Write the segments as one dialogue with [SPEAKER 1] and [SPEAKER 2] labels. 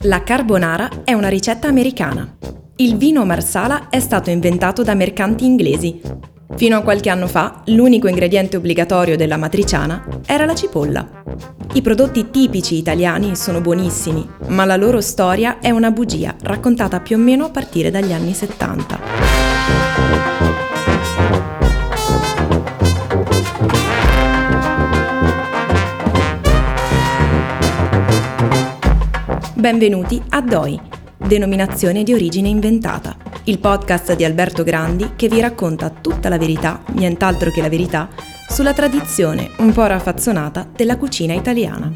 [SPEAKER 1] La carbonara è una ricetta americana. Il vino Marsala è stato inventato da mercanti inglesi. Fino a qualche anno fa, l'unico ingrediente obbligatorio della matriciana era la cipolla. I prodotti tipici italiani sono buonissimi, ma la loro storia è una bugia raccontata più o meno a partire dagli anni 70. Benvenuti a DOI, denominazione di origine inventata, il podcast di Alberto Grandi che vi racconta tutta la verità, nient'altro che la verità, sulla tradizione un po' raffazzonata della cucina italiana.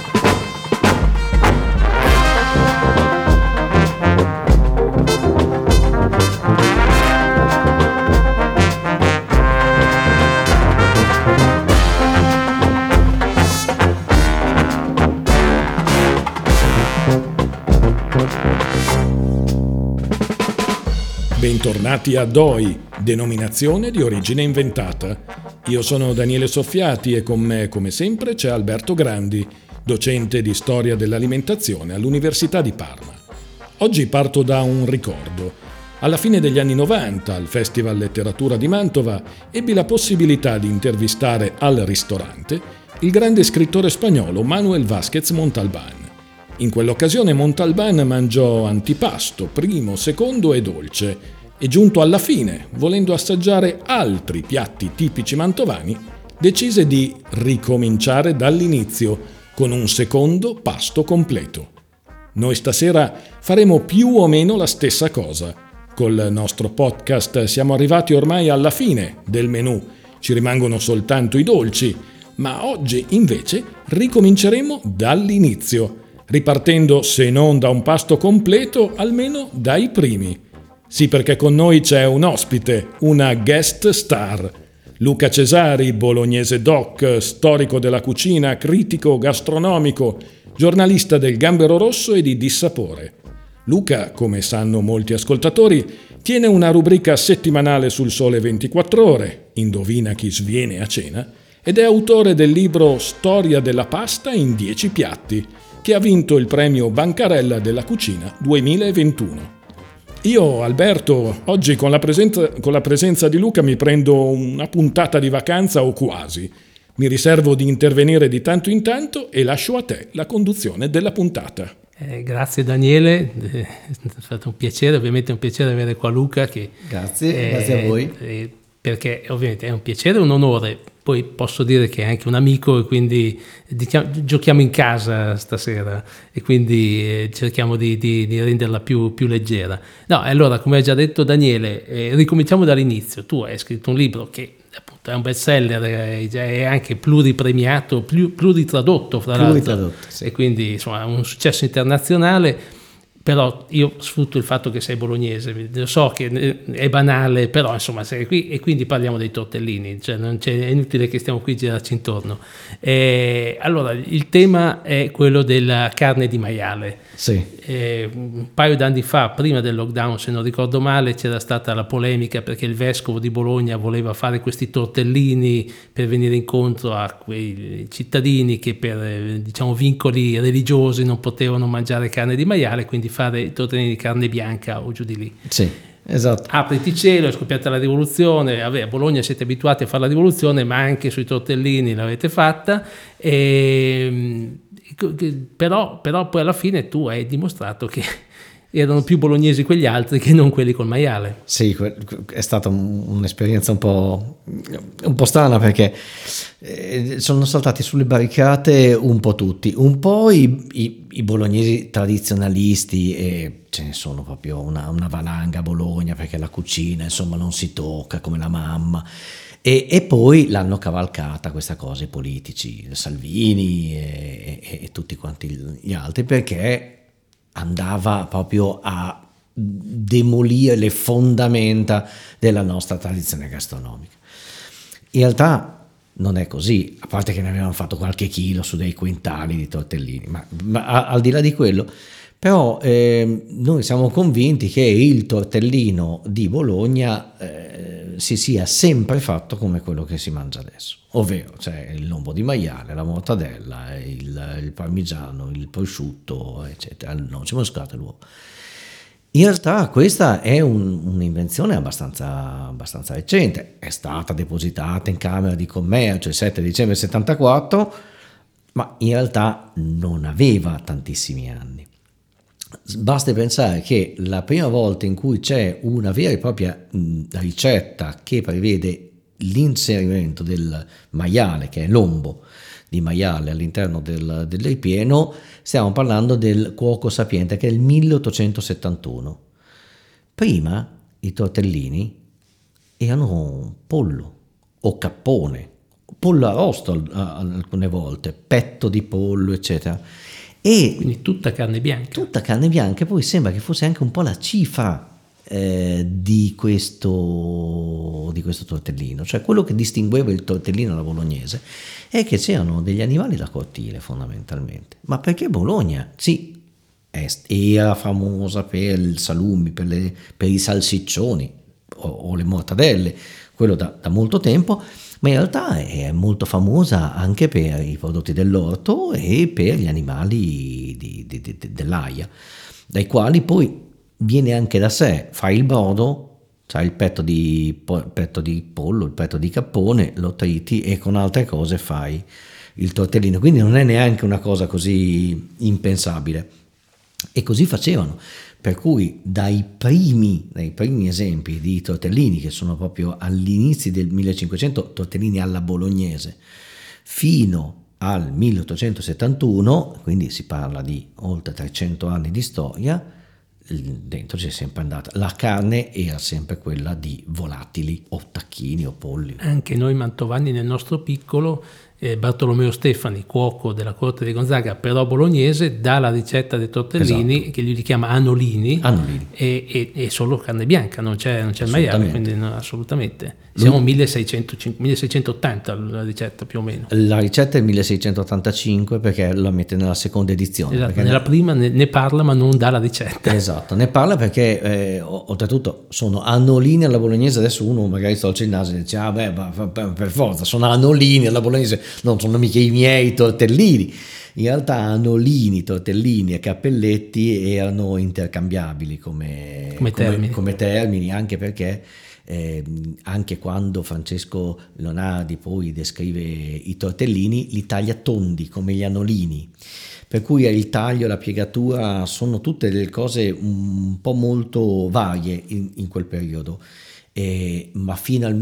[SPEAKER 2] Bentornati a DOI, denominazione di origine inventata. Io sono Daniele Soffiati e con me, come sempre, c'è Alberto Grandi, docente di storia dell'alimentazione all'Università di Parma. Oggi parto da un ricordo. Alla fine degli anni 90, al Festival Letteratura di Mantova, ebbi la possibilità di intervistare al ristorante il grande scrittore spagnolo Manuel Vázquez Montalbán. In quell'occasione Montalbán mangiò antipasto, primo, secondo e dolce, e giunto alla fine, volendo assaggiare altri piatti tipici mantovani, decise di ricominciare dall'inizio con un secondo pasto completo. Noi stasera faremo più o meno la stessa cosa. Col nostro podcast siamo arrivati ormai alla fine del menù, ci rimangono soltanto i dolci, ma oggi invece ricominceremo dall'inizio, ripartendo se non da un pasto completo, almeno dai primi. Sì, perché con noi c'è un ospite, una guest star. Luca Cesari, bolognese doc, storico della cucina, critico gastronomico, giornalista del Gambero Rosso e di Dissapore. Luca, come sanno molti ascoltatori, tiene una rubrica settimanale sul Sole 24 Ore, Indovina chi sviene a cena, ed è autore del libro Storia della pasta in 10 piatti, che ha vinto il premio Bancarella della Cucina 2021. Io, Alberto, oggi con la presenza di Luca mi prendo una puntata di vacanza o quasi. Mi riservo di intervenire di tanto in tanto e lascio a te la conduzione della puntata.
[SPEAKER 3] Grazie Daniele, è stato un piacere, ovviamente è un piacere avere qua Luca.
[SPEAKER 4] Grazie a voi.
[SPEAKER 3] Perché ovviamente è un piacere e un onore. Poi posso dire che è anche un amico e quindi giochiamo in casa stasera e quindi cerchiamo di renderla più leggera. No, allora, come ha già detto Daniele, ricominciamo dall'inizio. Tu hai scritto un libro che appunto è un bestseller, è anche pluripremiato, pluritradotto fra l'altro, sì. E quindi insomma un successo internazionale. Però io sfrutto il fatto che sei bolognese, lo so che è banale, però insomma sei qui e quindi parliamo dei tortellini, cioè è inutile che stiamo qui a girarci intorno. Allora, il tema è quello della carne di maiale.
[SPEAKER 4] Sì.
[SPEAKER 3] Un paio d'anni fa, prima del lockdown, se non ricordo male, c'era stata la polemica perché il vescovo di Bologna voleva fare questi tortellini per venire incontro a quei cittadini che per vincoli religiosi non potevano mangiare carne di maiale, quindi fare i tortellini di carne bianca o giù di lì.
[SPEAKER 4] Sì, esatto.
[SPEAKER 3] Apriti cielo, è scoppiata la rivoluzione. A Bologna siete abituati a fare la rivoluzione, ma anche sui tortellini l'avete fatta. Però poi alla fine tu hai dimostrato che erano più bolognesi quegli altri che non quelli col maiale.
[SPEAKER 4] Sì, è stata un'esperienza un po' strana perché sono saltati sulle barricate un po' tutti, un po' i bolognesi tradizionalisti, e ce ne sono proprio una valanga a Bologna perché la cucina insomma non si tocca come la mamma. E poi l'hanno cavalcata questa cosa i politici, Salvini e tutti quanti gli altri, perché andava proprio a demolire le fondamenta della nostra tradizione gastronomica. In realtà non è così, a parte che ne avevano fatto qualche chilo su dei quintali di tortellini, ma al di là di quello, Però noi siamo convinti che il tortellino di Bologna si sia sempre fatto come quello che si mangia adesso, ovvero cioè il lombo di maiale, la mortadella, il parmigiano, il prosciutto, eccetera, il noce moscata e l'uovo. In realtà questa è un'invenzione abbastanza recente, è stata depositata in Camera di Commercio il 7 dicembre 74, ma in realtà non aveva tantissimi anni. Basti pensare che la prima volta in cui c'è una vera e propria ricetta che prevede l'inserimento del maiale, che è lombo di maiale all'interno del ripieno, stiamo parlando del Cuoco Sapiente, che è il 1871. Prima i tortellini erano pollo o cappone, pollo arrosto alcune volte, petto di pollo, eccetera. E
[SPEAKER 3] quindi tutta carne bianca.
[SPEAKER 4] Tutta carne bianca, e poi sembra che fosse anche un po' la cifra di questo tortellino, cioè quello che distingueva il tortellino alla bolognese è che c'erano degli animali da cortile fondamentalmente. Ma perché Bologna? Sì, era famosa per il salumi, per i salsiccioni o le mortadelle, quello da molto tempo, ma in realtà è molto famosa anche per i prodotti dell'orto e per gli animali dell'aia, dai quali poi viene anche da sé, fai il brodo, c'hai il petto di pollo, il petto di cappone, lo triti e con altre cose fai il tortellino, quindi non è neanche una cosa così impensabile. E così facevano, per cui dai primi esempi di tortellini, che sono proprio all'inizio del 1500, tortellini alla bolognese, fino al 1871, quindi si parla di oltre 300 anni di storia, dentro c'è sempre andata. La carne era sempre quella di volatili o tacchini o polli.
[SPEAKER 3] Anche noi mantovani nel nostro piccolo, Bartolomeo Stefani, cuoco della corte di Gonzaga, però bolognese, dà la ricetta dei tortellini, esatto, che lui li chiama anolini. E solo carne bianca, non c'è il maiale, quindi no, assolutamente. Siamo 1680 la ricetta più o meno.
[SPEAKER 4] La ricetta è 1685 perché la mette nella seconda edizione.
[SPEAKER 3] Esatto, nella prima ne parla ma non dà la ricetta.
[SPEAKER 4] Esatto, ne parla perché oltretutto sono anolini alla bolognese. Adesso uno magari storce il naso e dice per forza sono anolini alla bolognese, non sono mica i miei tortellini. In realtà anolini, tortellini e cappelletti erano intercambiabili come termini, anche perché anche quando Francesco Leonardi poi descrive i tortellini li taglia tondi come gli anolini, per cui il taglio e la piegatura sono tutte delle cose un po' molto varie in quel periodo. Ma fino al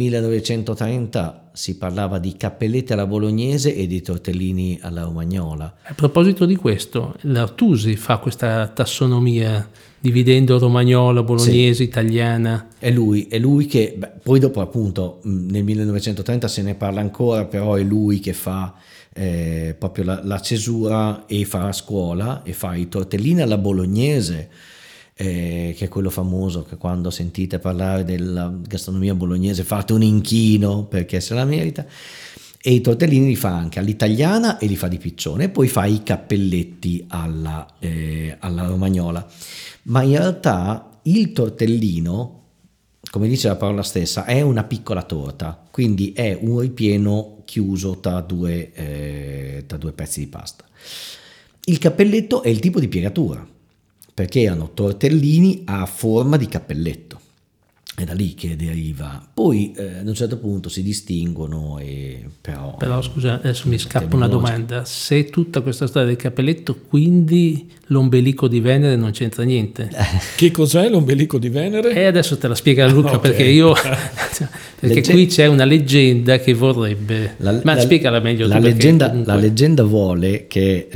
[SPEAKER 4] 1930 si parlava di cappelletti alla bolognese e di tortellini alla romagnola.
[SPEAKER 3] A proposito di questo, l'Artusi fa questa tassonomia dividendo romagnola, bolognese, sì, italiana.
[SPEAKER 4] È lui che poi dopo appunto nel 1930 se ne parla ancora, però è lui che fa proprio la cesura e fa a scuola e fa i tortellini alla bolognese, che è quello famoso che quando sentite parlare della gastronomia bolognese fate un inchino perché se la merita, e i tortellini li fa anche all'italiana e li fa di piccione, e poi fa i cappelletti alla romagnola. Ma in realtà il tortellino, come dice la parola stessa, è una piccola torta, quindi è un ripieno chiuso tra due pezzi di pasta. Il cappelletto è il tipo di piegatura, perché erano tortellini a forma di cappelletto, è da lì che deriva. Poi ad un certo punto si distinguono, però
[SPEAKER 3] scusa, adesso mi scappa una domanda: se tutta questa storia del cappelletto, quindi l'ombelico di Venere non c'entra niente?
[SPEAKER 2] Che cos'è l'ombelico di Venere?
[SPEAKER 3] Adesso te la spiega Luca, okay. perché qui c'è una leggenda che vorrebbe, spiegala meglio.
[SPEAKER 4] La leggenda vuole che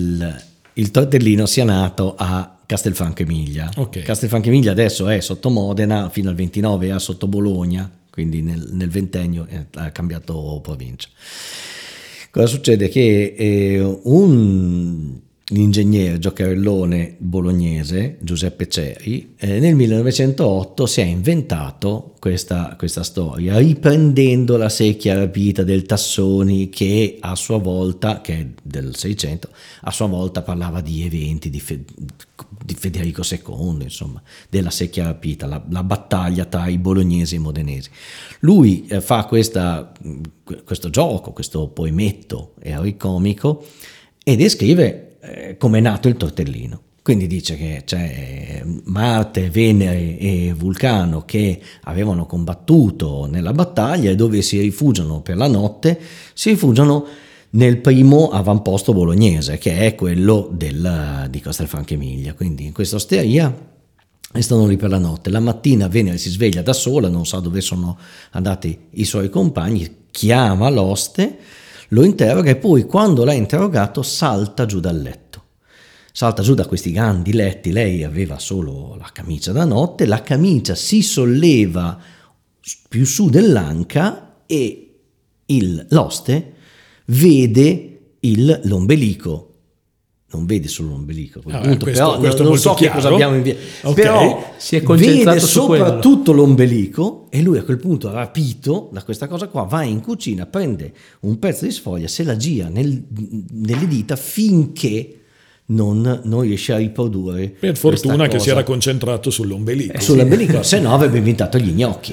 [SPEAKER 4] il tortellino sia nato a Castelfranco Emilia. Okay. Castelfranco Emilia adesso è sotto Modena, fino al 29 era sotto Bologna, quindi nel ventennio ha cambiato provincia. Cosa succede? Che un l'ingegnere giocherellone bolognese Giuseppe Ceri nel 1908 si è inventato questa storia, riprendendo la secchia rapita del Tassoni, che a sua volta, che è del 600, a sua volta parlava di eventi di Federico II, insomma, della secchia rapita, la battaglia tra i bolognesi e i modenesi. Lui fa questo gioco, questo poemetto eroicomico, e descrive come è nato il tortellino. Quindi dice che c'è Marte, Venere e Vulcano che avevano combattuto nella battaglia, e dove si rifugiano per la notte, si rifugiano nel primo avamposto bolognese, che è quello di Castelfranco Emilia. Quindi in questa osteria stanno lì per la notte. La mattina Venere si sveglia da sola, non sa dove sono andati i suoi compagni, chiama l'oste, lo interroga, e poi, quando l'ha interrogato, salta giù dal letto. Salta giù da questi grandi letti. Lei aveva solo la camicia da notte, la camicia si solleva più su dell'anca e l'oste vede l'ombelico. Non vede solo l'ombelico, punto, però non so che cosa abbiamo in via. Okay. Però
[SPEAKER 3] si è concentrato
[SPEAKER 4] vede
[SPEAKER 3] su
[SPEAKER 4] soprattutto l'ombelico, e lui a quel punto, rapito da questa cosa qua, va in cucina, prende un pezzo di sfoglia, se la gira nelle dita finché non riesce a riprodurre.
[SPEAKER 2] Per fortuna che si era concentrato sull'ombelico.
[SPEAKER 4] Sull'ombelico, se no avrebbe inventato gli gnocchi.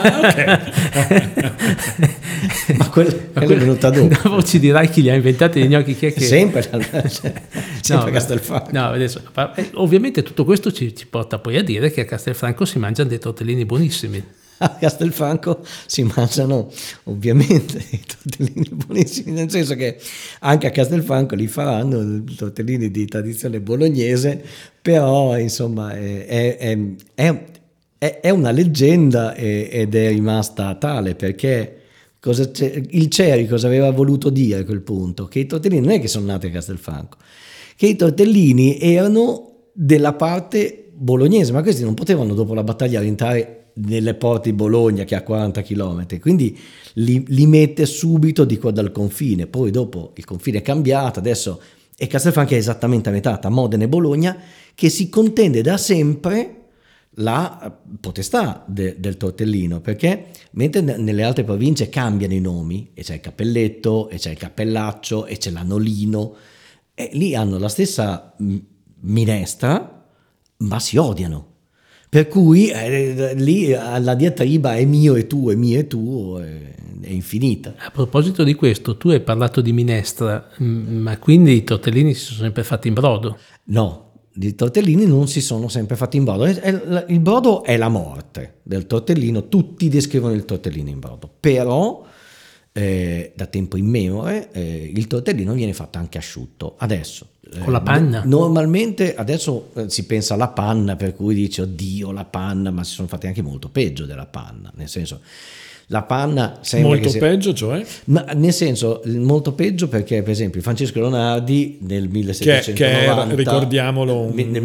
[SPEAKER 4] Ma quello è venuto dopo.
[SPEAKER 3] Dopo ci dirai chi li ha inventati gli gnocchi, chi è che...
[SPEAKER 4] Sempre Castelfranco.
[SPEAKER 3] No, adesso, ovviamente tutto questo ci porta poi a dire che a Castelfranco si mangiano dei tortellini buonissimi.
[SPEAKER 4] A Castelfranco si mangiano ovviamente i tortellini buonissimi, nel senso che anche a Castelfranco li faranno i tortellini di tradizione bolognese, però insomma è una leggenda ed è rimasta tale, perché il Ceri cosa aveva voluto dire a quel punto? Che i tortellini non è che sono nati a Castelfranco, che i tortellini erano della parte bolognese, ma questi non potevano dopo la battaglia rientrare nelle porte di Bologna, che ha 40 km, quindi li mette subito di qua dal confine. Poi dopo il confine è cambiato, adesso è Castelfranco, è esattamente a metà tra Modena e Bologna, che si contende da sempre la potestà del tortellino, perché mentre nelle altre province cambiano i nomi, e c'è il cappelletto, e c'è il cappellaccio, e c'è l'anolino, e lì hanno la stessa minestra, ma si odiano. Per cui lì la diatriba è mio e tuo, è mio e tuo, è infinita.
[SPEAKER 3] A proposito di questo, tu hai parlato di minestra, ma quindi i tortellini si sono sempre fatti in brodo?
[SPEAKER 4] No, i tortellini non si sono sempre fatti in brodo. Il brodo è la morte del tortellino, tutti descrivono il tortellino in brodo, però da tempo immemore il tortellino viene fatto anche asciutto. Adesso
[SPEAKER 3] con la panna?
[SPEAKER 4] Normalmente adesso si pensa alla panna, per cui dice oddio la panna, ma si sono fatti anche molto peggio della panna, nel senso la panna sembra
[SPEAKER 2] molto peggio, cioè?
[SPEAKER 4] Ma nel senso molto peggio, perché per esempio Francesco Leonardi nel 1790,
[SPEAKER 2] che era, ricordiamolo,
[SPEAKER 4] nel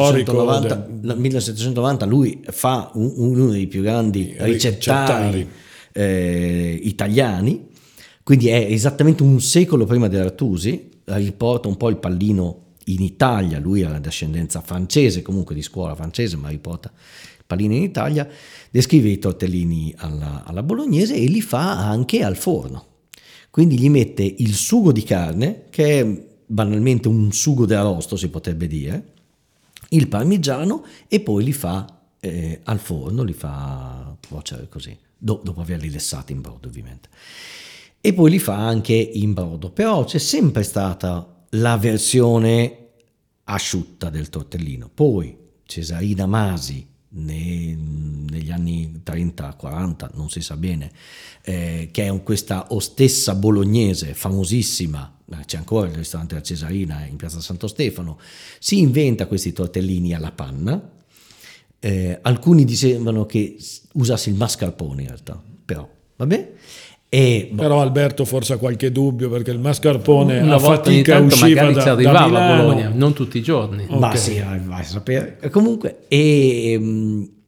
[SPEAKER 4] 1790 lui fa uno dei più grandi ricettari italiani, quindi è esattamente un secolo prima dell'Artusi, riporta un po' il pallino in Italia. Lui ha d'ascendenza francese, comunque di scuola francese, ma riporta il pallino in Italia, descrive i tortellini alla bolognese e li fa anche al forno, quindi gli mette il sugo di carne, che è banalmente un sugo d'arrosto, si potrebbe dire, il parmigiano, e poi li fa al forno, li fa cuocere così, dopo averli lessati in brodo ovviamente, e poi li fa anche in brodo. Però c'è sempre stata la versione asciutta del tortellino. Poi Cesarina Masi negli anni 30-40, non si sa bene, che è questa ostessa bolognese famosissima, c'è ancora il ristorante della Cesarina in piazza Santo Stefano, si inventa questi tortellini alla panna. Alcuni dicevano che usasse il mascarpone in realtà, però vabbè.
[SPEAKER 2] Però Alberto forse ha qualche dubbio, perché il mascarpone
[SPEAKER 3] una
[SPEAKER 2] a
[SPEAKER 3] volta
[SPEAKER 2] fatica usciva
[SPEAKER 3] magari ci arrivava
[SPEAKER 2] da Milano.
[SPEAKER 3] a Bologna, non tutti i giorni.
[SPEAKER 4] Ma sì, vai a sapere. Comunque,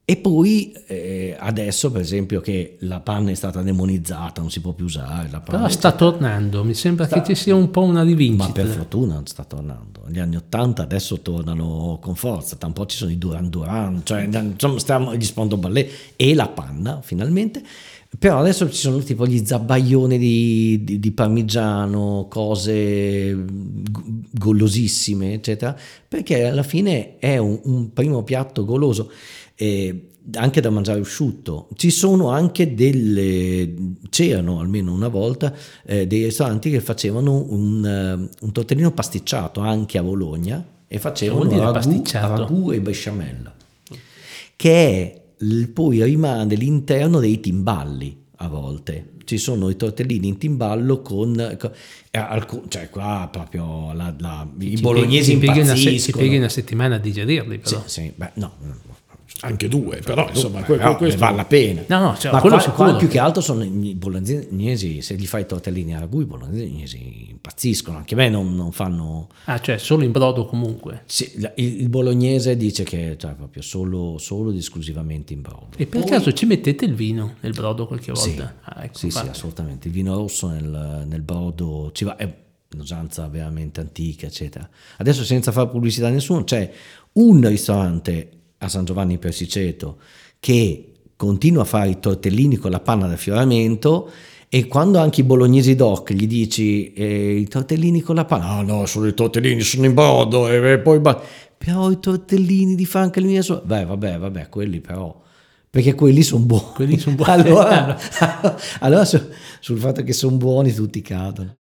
[SPEAKER 4] E poi adesso, per esempio, che la panna è stata demonizzata, non si può più usare la panna.
[SPEAKER 3] Però sta tornando, mi sembra che ci sia un po' una rivincita.
[SPEAKER 4] Ma per fortuna sta tornando. Negli anni '80 adesso tornano con forza, tra un po' ci sono i Duran Duran, cioè insomma stiamo gli Spandau Ballet e la panna finalmente. Però adesso ci sono tipo gli zabaioni di parmigiano, cose golosissime, eccetera, perché alla fine è un primo piatto goloso. Anche da mangiare asciutto. Ci sono anche c'erano almeno una volta dei ristoranti che facevano un tortellino pasticciato anche a Bologna, e facevano ragù e besciamella, che poi rimane l'interno dei timballi. A volte ci sono i tortellini in timballo cioè qua proprio i bolognesi impazziscono.
[SPEAKER 3] Si pieghi una settimana a digerirli, però.
[SPEAKER 4] Sì, beh, no,
[SPEAKER 2] anche 2, però insomma
[SPEAKER 4] questo vale la pena.
[SPEAKER 3] No, cioè,
[SPEAKER 4] ma
[SPEAKER 3] quello
[SPEAKER 4] qua più che altro sono i bolognesi, se gli fai i tortellini a ragù, i bolognesi impazziscono. Anche a me non fanno.
[SPEAKER 3] Cioè solo in brodo comunque.
[SPEAKER 4] Sì, il bolognese dice che cioè, proprio solo ed esclusivamente in brodo.
[SPEAKER 3] E per caso ci mettete il vino nel brodo qualche volta?
[SPEAKER 4] Sì, sì, assolutamente. Il vino rosso nel brodo ci va. È un'usanza veramente antica, eccetera. Adesso, senza fare pubblicità a nessuno, c'è un ristorante a San Giovanni Persiceto che continua a fare i tortellini con la panna da affioramento, e quando anche i bolognesi doc gli dici i tortellini con la panna, no, sono i tortellini, sono in brodo, e poi però i tortellini di Franca Limina sono. Vabbè, quelli però, perché quelli sono buoni.
[SPEAKER 3] Quelli sono buoni.
[SPEAKER 4] allora sul fatto che sono buoni tutti cadono.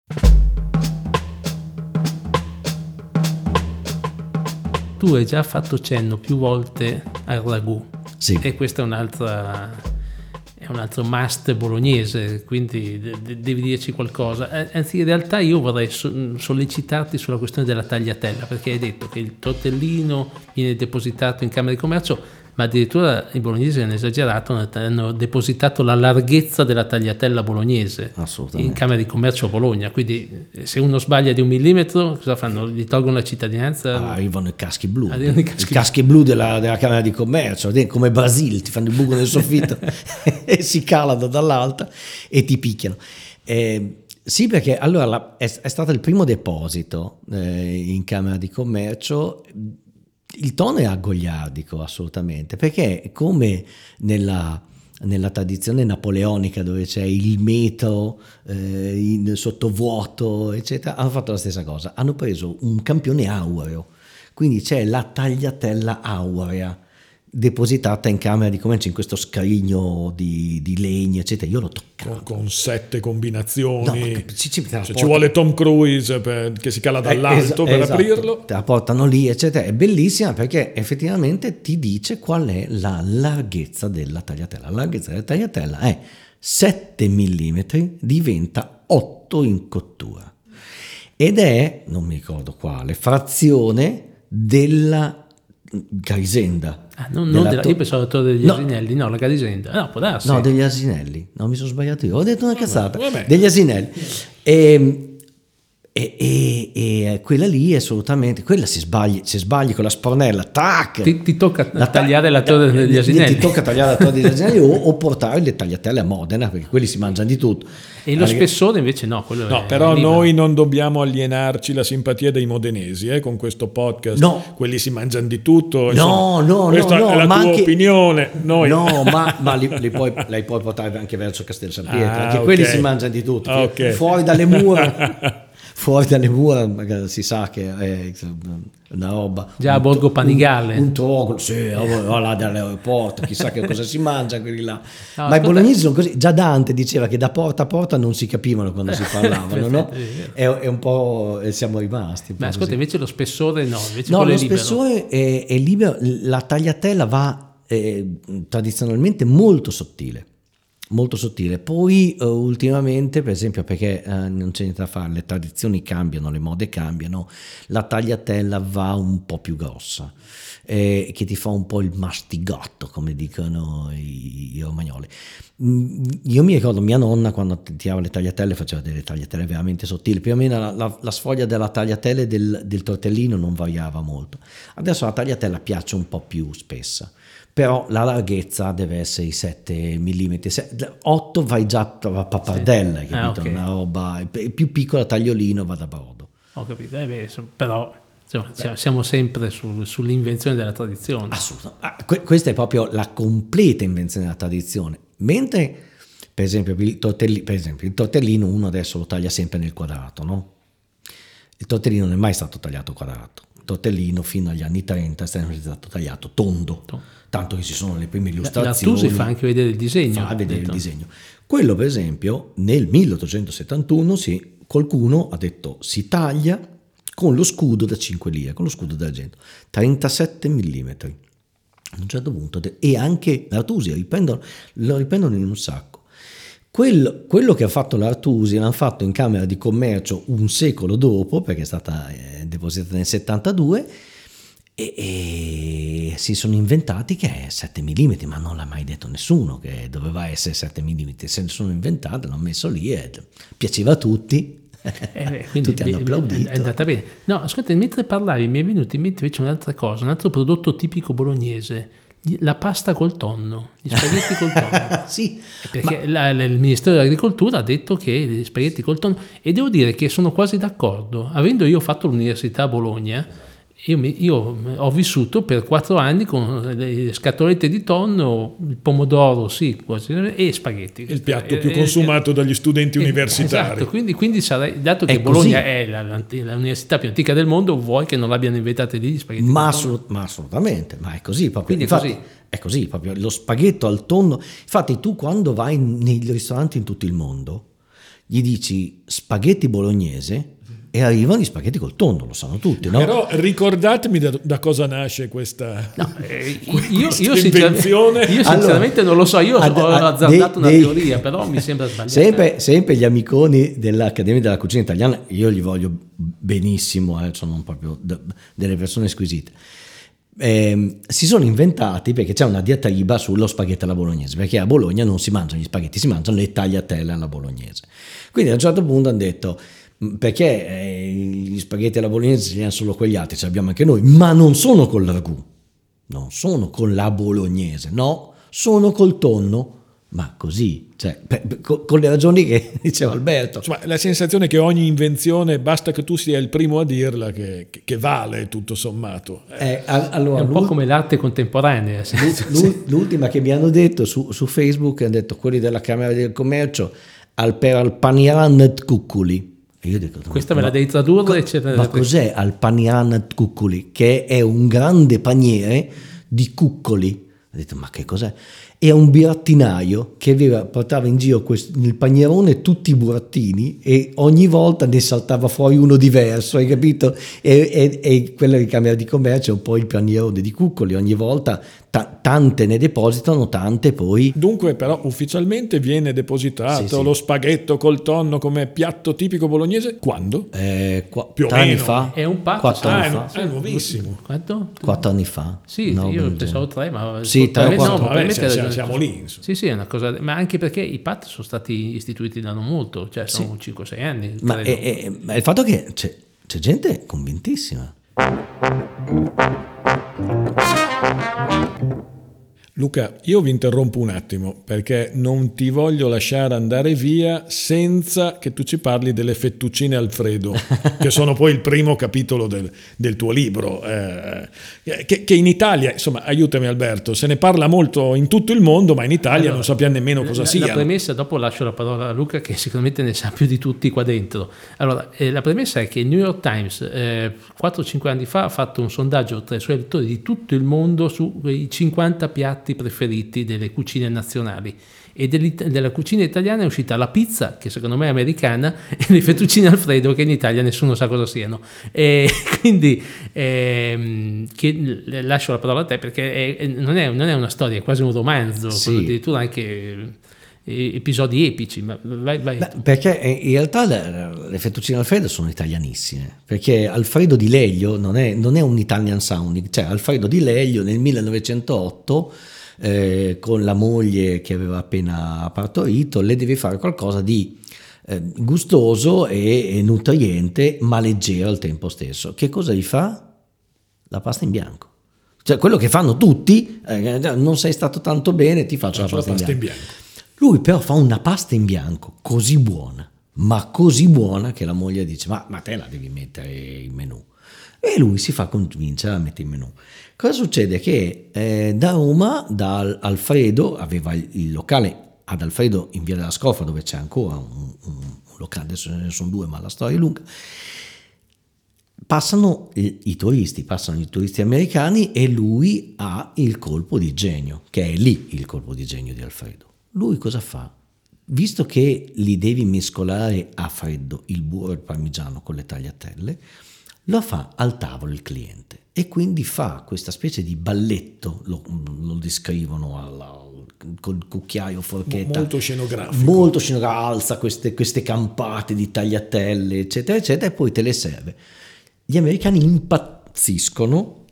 [SPEAKER 3] Tu hai già fatto cenno più volte al ragù,
[SPEAKER 4] sì.
[SPEAKER 3] E questo è un altro must bolognese, quindi devi dirci qualcosa. Anzi, in realtà io vorrei sollecitarti sulla questione della tagliatella, perché hai detto che il tortellino viene depositato in Camera di Commercio, ma addirittura i bolognesi hanno esagerato, hanno depositato la larghezza della tagliatella bolognese in Camera di Commercio a Bologna. Quindi se uno sbaglia di 1 millimetro, cosa fanno? Gli tolgono la cittadinanza?
[SPEAKER 4] Arrivano i caschi blu, i caschi blu della Camera di Commercio, come Brasil, ti fanno il buco nel soffitto e si calano dall'alto e ti picchiano. Sì, perché allora è stato il primo deposito in Camera di Commercio. Il tono è agoriardico, assolutamente, perché come nella tradizione napoleonica, dove c'è il metro in sottovuoto, eccetera, hanno fatto la stessa cosa. Hanno preso un campione aureo, quindi c'è la tagliatella aurea depositata in Camera di Commercio in questo scrigno di legno, eccetera. Io l'ho toccato
[SPEAKER 2] con 7 combinazioni.
[SPEAKER 4] Ci
[SPEAKER 2] vuole Tom Cruise che si cala dall'alto per aprirlo.
[SPEAKER 4] Te la portano lì, eccetera. È bellissima perché effettivamente ti dice qual è la larghezza della tagliatella. La larghezza della tagliatella è 7 mm, diventa 8 in cottura, ed è, non mi ricordo quale, frazione della Garisenda.
[SPEAKER 3] Io pensavo la torre degli asinelli, no, la Garisenda. No, può darsi.
[SPEAKER 4] No, degli asinelli. No, mi sono sbagliato io. Ho detto una cazzata.
[SPEAKER 2] Vabbè.
[SPEAKER 4] Degli asinelli. E quella lì è assolutamente. Quella se sbagli con la spornella, tac!
[SPEAKER 3] Ti tocca tagliare la torre degli asinelli.
[SPEAKER 4] Ti tocca tagliare la torre degli asinelli o portare le tagliatelle a Modena, perché quelli si mangiano di tutto.
[SPEAKER 3] E lo spessore invece no.
[SPEAKER 2] Però noi non dobbiamo alienarci la simpatia dei modenesi con questo podcast.
[SPEAKER 4] No.
[SPEAKER 2] Quelli si mangiano di tutto.
[SPEAKER 4] No,
[SPEAKER 2] questa è la tua opinione. Noi.
[SPEAKER 4] No, ma lei puoi portare anche verso Castel San Pietro. Anche quelli si mangiano di tutto.
[SPEAKER 2] Okay.
[SPEAKER 4] Fuori dalle mura. Fuori dalle mura magari si sa che è una roba.
[SPEAKER 3] Già a Borgo Panigale.
[SPEAKER 4] Un trogolo, sì, là dall'aeroporto, chissà che cosa si mangia quelli là.
[SPEAKER 3] No,
[SPEAKER 4] ma i bolognesi sono così. Già Dante diceva che da porta a porta non si capivano quando si parlavano, no? È un po'. Siamo rimasti.
[SPEAKER 3] Ma ascolta, invece lo spessore no.
[SPEAKER 4] No, lo spessore è libero. La tagliatella va tradizionalmente molto sottile. molto sottile. Poi ultimamente, per esempio, perché non c'è niente da fare, le tradizioni cambiano, le mode cambiano, la tagliatella va un po' più grossa, che ti fa un po' il mastigato, come dicono i romagnoli. Io mi ricordo mia nonna quando tirava le tagliatelle faceva delle tagliatelle veramente sottili, più o meno la sfoglia della tagliatella e del tortellino non variava molto. Adesso la tagliatella piace un po' più spessa, però la larghezza deve essere i 7 mm, 8 vai già a pappardella,
[SPEAKER 3] sì.
[SPEAKER 4] Capito?
[SPEAKER 3] Okay.
[SPEAKER 4] Una roba più piccola, tagliolino, va da brodo.
[SPEAKER 3] Ho capito, però insomma, siamo sempre sull'invenzione della tradizione.
[SPEAKER 4] Assolutamente. Questa è proprio la completa invenzione della tradizione. Mentre, per esempio, il tortellino uno adesso lo taglia sempre nel quadrato, no? Il tortellino non è mai stato tagliato quadrato. Il tortellino fino agli anni 30 è sempre stato tagliato tondo. Tanto che ci sono le prime illustrazioni.
[SPEAKER 3] L'artusi fa anche vedere il disegno.
[SPEAKER 4] Fa vedere il disegno. Quello, per esempio, nel 1871 qualcuno ha detto si taglia con lo scudo da 5 lire, con lo scudo d'argento, 37 mm. A un certo punto, e anche l'Artusi lo riprendono in un sacco. Quello che ha fatto l'Artusi l'hanno fatto in Camera di Commercio un secolo dopo, perché è stata depositata nel 72, e si sono inventati che è 7 mm, ma non l'ha mai detto nessuno che doveva essere 7 mm, se ne sono inventati, l'hanno messo lì e piaceva a tutti.
[SPEAKER 3] Quindi
[SPEAKER 4] tutti hanno applaudito.
[SPEAKER 3] È andata bene. No, ascolta, mentre parlavi mi è venuto in mente invece un'altra cosa, un altro prodotto tipico bolognese, la pasta col tonno, gli spaghetti col tonno.
[SPEAKER 4] Sì,
[SPEAKER 3] perché il Ministero dell'Agricoltura ha detto che gli spaghetti col tonno, e devo dire che sono quasi d'accordo. Avendo io fatto l'università a Bologna, io ho vissuto per 4 anni con le scatolette di tonno, il pomodoro, sì, e spaghetti.
[SPEAKER 2] Il piatto più consumato dagli studenti universitari.
[SPEAKER 3] Esatto, quindi sarei, dato che Bologna è l'università più antica del mondo, vuoi che non l'abbiano inventati lì gli spaghetti?
[SPEAKER 4] Ma assolutamente, ma è così proprio.
[SPEAKER 3] Quindi
[SPEAKER 4] infatti, è così proprio, lo spaghetto al tonno. Infatti tu quando vai nei ristoranti in tutto il mondo gli dici spaghetti bolognese e arrivano gli spaghetti col tonno, lo sanno tutti, no?
[SPEAKER 2] Però ricordatemi da cosa nasce questa,
[SPEAKER 3] io
[SPEAKER 2] invenzione.
[SPEAKER 3] Sinceramente non lo so, io ho azzardato una teoria, però mi sembra sbagliata.
[SPEAKER 4] Sempre gli amiconi dell'Accademia della Cucina Italiana, io li voglio benissimo, sono proprio delle persone squisite. Si sono inventati, perché c'è una diatriba sullo spaghetto alla bolognese, perché a Bologna non si mangiano gli spaghetti, si mangiano le tagliatelle alla bolognese. Quindi a un certo punto hanno detto perché gli spaghetti alla bolognese ce li hanno solo quegli altri, ce li abbiamo anche noi, ma non sono col ragù, non sono con la bolognese, no, sono col tonno. Ma così, cioè, con le ragioni che diceva Alberto.
[SPEAKER 2] Insomma, la sensazione è che ogni invenzione, basta che tu sia il primo a dirla, che vale tutto sommato.
[SPEAKER 4] Allora,
[SPEAKER 3] è un po' come l'arte contemporanea.
[SPEAKER 4] L'ultima che mi hanno detto su Facebook, hanno detto quelli della Camera del Commercio, per al paniran cucculi. E io dico,
[SPEAKER 3] questa me la devi tradurre, eccetera.
[SPEAKER 4] Ma cos'è al paniran cucculi? Che è un grande paniere di cuccoli. Ho detto, ma che cos'è? È un burattinaio che portava in giro nel panierone tutti i burattini e ogni volta ne saltava fuori uno diverso, hai capito? E quella di Camera di Commercio è un po' il panierone di cuccoli, ogni volta tante ne depositano, tante poi.
[SPEAKER 2] Dunque però ufficialmente viene depositato lo spaghetto col tonno come piatto tipico bolognese quando?
[SPEAKER 4] Più 3 anni fa?
[SPEAKER 3] È un patto.
[SPEAKER 4] 4 anni fa.
[SPEAKER 2] È nuovissimo.
[SPEAKER 3] Quanto?
[SPEAKER 4] 4 anni fa.
[SPEAKER 3] Sì, io pensavo 3, ma
[SPEAKER 4] sì, 3 o 4.
[SPEAKER 2] Vabbè, siamo lì. Insomma.
[SPEAKER 3] Sì, è una cosa, ma anche perché i pat sono stati istituiti da non molto, cioè sono 5-6 anni.
[SPEAKER 4] Ma il fatto che c'è gente convintissima.
[SPEAKER 2] Luca, io vi interrompo un attimo perché non ti voglio lasciare andare via senza che tu ci parli delle fettuccine Alfredo, che sono poi il primo capitolo del tuo libro, che in Italia, insomma, aiutami Alberto, se ne parla molto in tutto il mondo, ma in Italia non sappiamo nemmeno cosa sia.
[SPEAKER 3] La premessa, dopo lascio la parola a Luca che sicuramente ne sa più di tutti qua dentro. Allora, la premessa è che il New York Times 4-5 anni fa ha fatto un sondaggio tra i suoi lettori di tutto il mondo sui 50 piatti preferiti delle cucine nazionali, e della cucina italiana è uscita la pizza, che secondo me è americana, e le fettuccine Alfredo, che in Italia nessuno sa cosa siano, e quindi lascio la parola a te perché non è una storia, è quasi un romanzo, addirittura anche episodi epici. Ma vai.
[SPEAKER 4] Beh, perché in realtà le fettuccine Alfredo sono italianissime, perché Alfredo Di Leglio non è un Italian sounding, cioè Alfredo Di Leglio nel 1908 con la moglie che aveva appena partorito le deve fare qualcosa di gustoso e nutriente ma leggero al tempo stesso. Che cosa gli fa? La pasta in bianco, cioè quello che fanno tutti, non sei stato tanto bene, ti faccio la pasta in bianco. Lui però fa una pasta in bianco così buona, ma così buona che la moglie dice ma te la devi mettere in menù, e lui si fa convincere a mettere in menù. Cosa succede? Che da Roma, da Alfredo, aveva il locale ad Alfredo in via della Scrofa, dove c'è ancora un locale, adesso ne sono due ma la storia è lunga. Passano i turisti americani e lui ha il colpo di genio, che è lì il colpo di genio di Alfredo. Lui cosa fa? Visto che li devi mescolare a freddo il burro e il parmigiano con le tagliatelle, lo fa al tavolo il cliente e quindi fa questa specie di balletto, lo descrivono col cucchiaio, forchetta, molto scenografico, alza queste campate di tagliatelle eccetera eccetera e poi te le serve. Gli americani impazziscono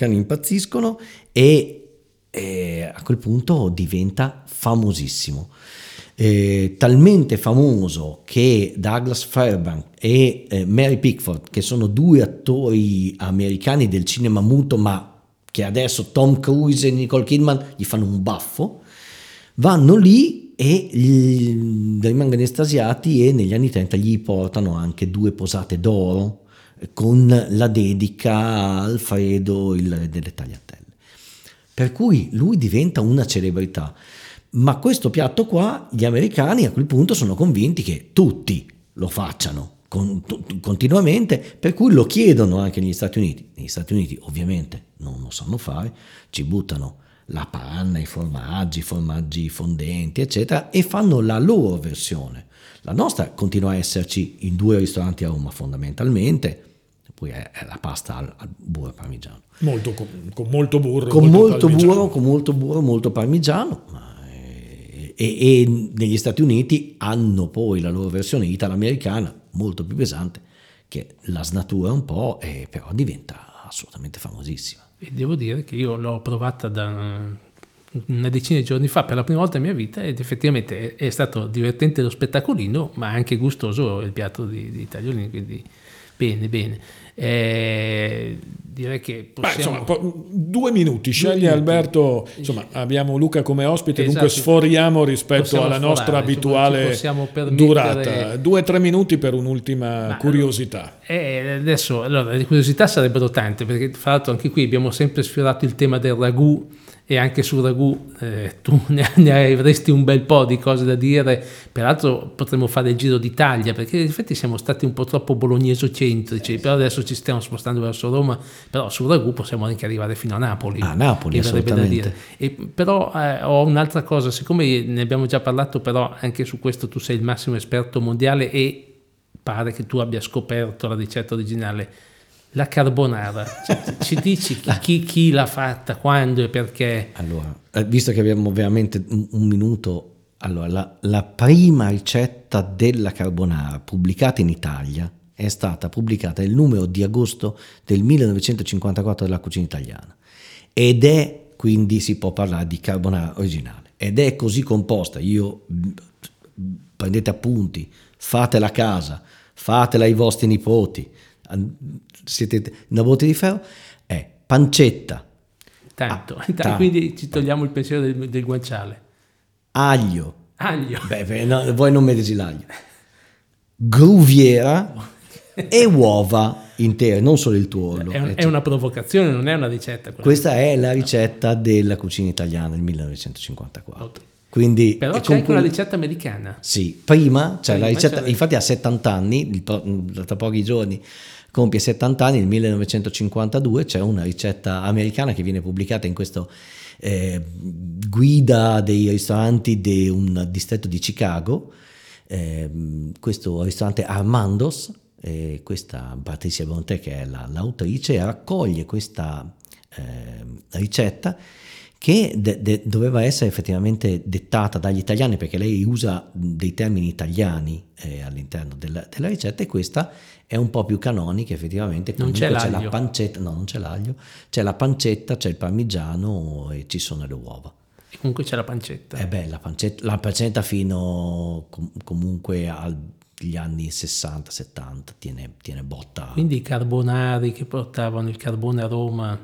[SPEAKER 4] e a quel punto diventa famosissimo, talmente famoso che Douglas Fairbanks e Mary Pickford, che sono due attori americani del cinema muto ma che adesso Tom Cruise e Nicole Kidman gli fanno un baffo, vanno lì e rimangono estasiati e negli anni 30 gli portano anche 2 posate d'oro con la dedica a Alfredo, il re delle tagliatelle. Per cui lui diventa una celebrità. Ma questo piatto qua, gli americani a quel punto sono convinti che tutti lo facciano continuamente, per cui lo chiedono anche negli Stati Uniti. Negli Stati Uniti ovviamente non lo sanno fare, ci buttano la panna, i formaggi fondenti, eccetera, e fanno la loro versione. La nostra continua a esserci in 2 ristoranti a Roma fondamentalmente, poi è la pasta al burro e parmigiano.
[SPEAKER 2] Con molto burro.
[SPEAKER 4] Con molto burro, molto parmigiano. E negli Stati Uniti hanno poi la loro versione italo-americana, molto più pesante, che la snatura un po', però diventa assolutamente famosissima.
[SPEAKER 3] E devo dire che io l'ho provata una decina di giorni fa per la prima volta nella mia vita ed effettivamente è stato divertente lo spettacolino, ma anche gustoso il piatto di tagliolini, quindi bene. Direi che possiamo...
[SPEAKER 2] 2 minuti, sceglie Alberto, insomma abbiamo Luca come ospite, esatto. Dunque sforiamo rispetto alla nostra abituale durata, 2-3 minuti per un'ultima curiosità.
[SPEAKER 3] Adesso allora, le curiosità sarebbero tante, perché fra l'altro anche qui abbiamo sempre sfiorato il tema del ragù, e anche sul ragù tu ne avresti un bel po' di cose da dire. Peraltro potremmo fare il giro d'Italia, perché in effetti siamo stati un po' troppo bolognesocentrici, però adesso ci stiamo spostando verso Roma, però sul ragù possiamo anche arrivare fino a Napoli.
[SPEAKER 4] Napoli assolutamente.
[SPEAKER 3] Però ho un'altra cosa, siccome ne abbiamo già parlato, però anche su questo tu sei il massimo esperto mondiale e pare che tu abbia scoperto la ricetta originale. La carbonara, ci dici chi l'ha fatta, quando e perché?
[SPEAKER 4] Allora, visto che abbiamo veramente un minuto, allora la prima ricetta della carbonara pubblicata in Italia è stata pubblicata il numero di agosto del 1954 della cucina italiana ed è, quindi si può parlare di carbonara originale, ed è così composta. Prendete appunti, fatela a casa, fatela ai vostri nipoti, siete una botte di ferro. È pancetta,
[SPEAKER 3] tanto. Quindi ci togliamo il pensiero del guanciale,
[SPEAKER 4] aglio.
[SPEAKER 3] No,
[SPEAKER 4] voi non mettete l'aglio, gruviera e uova intere, non solo il tuorlo.
[SPEAKER 3] È una provocazione, non è una ricetta.
[SPEAKER 4] Questa è la ricetta della cucina italiana del 1954. Quindi,
[SPEAKER 3] però c'è anche una ricetta americana.
[SPEAKER 4] Sì, prima c'è la ricetta, infatti ha 70 anni, tra pochi giorni compie 70 anni, nel 1952 c'è una ricetta americana che viene pubblicata in questo guida dei ristoranti di un distretto di Chicago, questo ristorante Armando's, questa Patricia Bonte che è l'autrice raccoglie questa ricetta che doveva essere effettivamente dettata dagli italiani, perché lei usa dei termini italiani all'interno della ricetta, e questa è un po' più canonica effettivamente.
[SPEAKER 3] Non c'è l'aglio.
[SPEAKER 4] C'è la pancetta, no, non c'è l'aglio, c'è la pancetta, c'è il parmigiano e ci sono le uova.
[SPEAKER 3] E comunque c'è la pancetta.
[SPEAKER 4] La pancetta fino comunque agli anni 60-70 tiene botta.
[SPEAKER 3] Quindi i carbonari che portavano il carbone a Roma...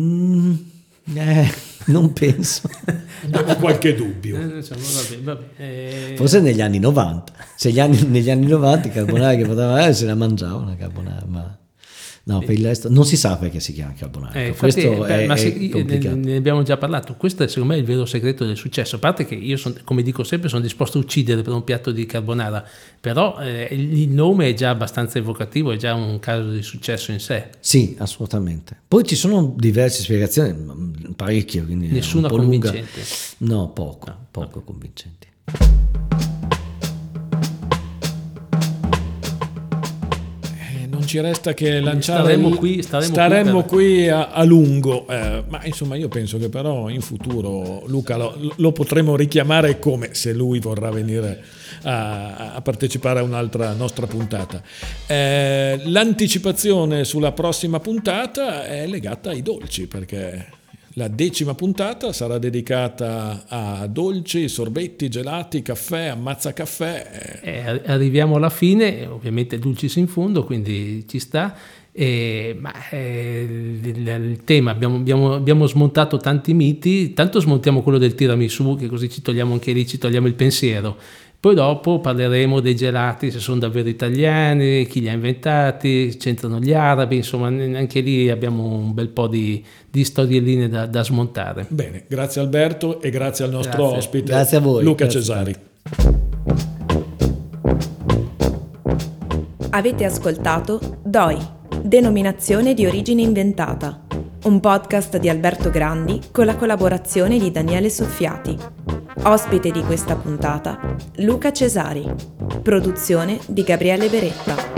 [SPEAKER 4] non penso.
[SPEAKER 2] Abbiamo qualche dubbio.
[SPEAKER 3] Vabbè.
[SPEAKER 4] Forse negli anni 90. Negli anni 90 i carbonari che potevano se la mangiavano la carbonara, ma no, per il resto non si sa perché si chiama carbonara. Questo è complicato.
[SPEAKER 3] Ne abbiamo già parlato. Questo è secondo me il vero segreto del successo. A parte che io come dico sempre, sono disposto a uccidere per un piatto di carbonara, però il nome è già abbastanza evocativo, è già un caso di successo in sé.
[SPEAKER 4] Sì, assolutamente. Poi ci sono diverse spiegazioni, parecchie, quindi
[SPEAKER 3] nessuna
[SPEAKER 4] un po'
[SPEAKER 3] convincente.
[SPEAKER 4] Lunga. No, poco convincenti.
[SPEAKER 2] Non ci resta che lanciare.
[SPEAKER 3] Staremmo
[SPEAKER 2] qui a lungo, ma insomma io penso che però in futuro Luca lo potremo richiamare, come se lui vorrà venire a partecipare a un'altra nostra puntata. L'anticipazione sulla prossima puntata è legata ai dolci, perché la 10ª puntata sarà dedicata a dolci, sorbetti, gelati, caffè, ammazza caffè.
[SPEAKER 3] Arriviamo alla fine, ovviamente dulcis in fondo, quindi ci sta. Il tema, abbiamo smontato tanti miti, tanto smontiamo quello del tiramisù, che così ci togliamo anche lì, ci togliamo il pensiero. Poi dopo parleremo dei gelati, se sono davvero italiani, chi li ha inventati, c'entrano gli arabi, insomma anche lì abbiamo un bel po' di storielline da smontare.
[SPEAKER 2] Bene, grazie Alberto e grazie al nostro ospite,
[SPEAKER 4] grazie a voi,
[SPEAKER 2] Luca Cesari.
[SPEAKER 1] Avete ascoltato DOI, denominazione di origine inventata, un podcast di Alberto Grandi con la collaborazione di Daniele Soffiati. Ospite di questa puntata, Luca Cesari. Produzione di Gabriele Beretta.